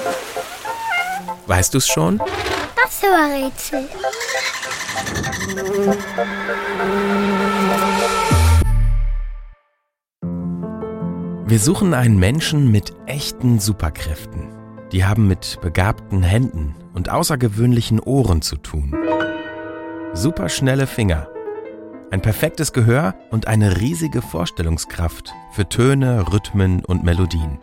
Weißt du's schon? Das war Rätsel. Wir suchen einen Menschen mit echten Superkräften. Die haben mit begabten Händen und außergewöhnlichen Ohren zu tun. Superschnelle Finger, ein perfektes Gehör und eine riesige Vorstellungskraft für Töne, Rhythmen und Melodien.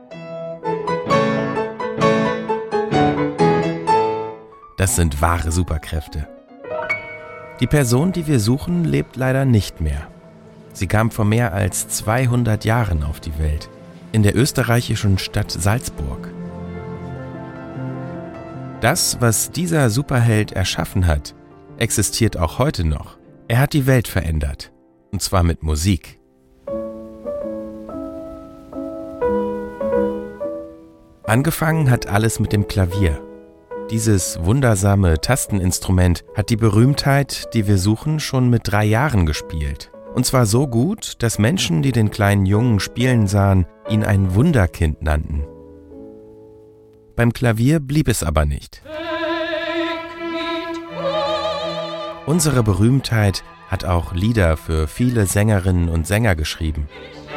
Das sind wahre Superkräfte. Die Person, die wir suchen, lebt leider nicht mehr. Sie kam vor mehr als 200 Jahren auf die Welt, in der österreichischen Stadt Salzburg. Das, was dieser Superheld erschaffen hat, existiert auch heute noch. Er hat die Welt verändert, und zwar mit Musik. Angefangen hat alles mit dem Klavier. Dieses wundersame Tasteninstrument hat die Berühmtheit, die wir suchen, schon mit 3 Jahren gespielt. Und zwar so gut, dass Menschen, die den kleinen Jungen spielen sahen, ihn ein Wunderkind nannten. Beim Klavier blieb es aber nicht. Unsere Berühmtheit hat auch Lieder für viele Sängerinnen und Sänger geschrieben.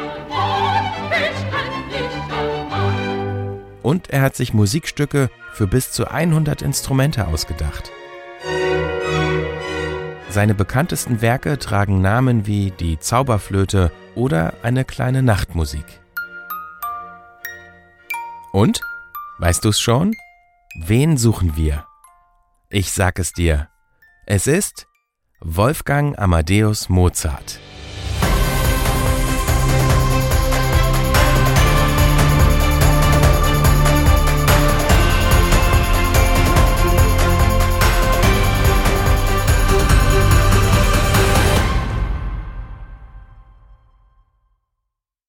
Und er hat sich Musikstücke für bis zu 100 Instrumente ausgedacht. Seine bekanntesten Werke tragen Namen wie die Zauberflöte oder eine kleine Nachtmusik. Und? Weißt du's schon? Wen suchen wir? Ich sag es dir. Es ist Wolfgang Amadeus Mozart.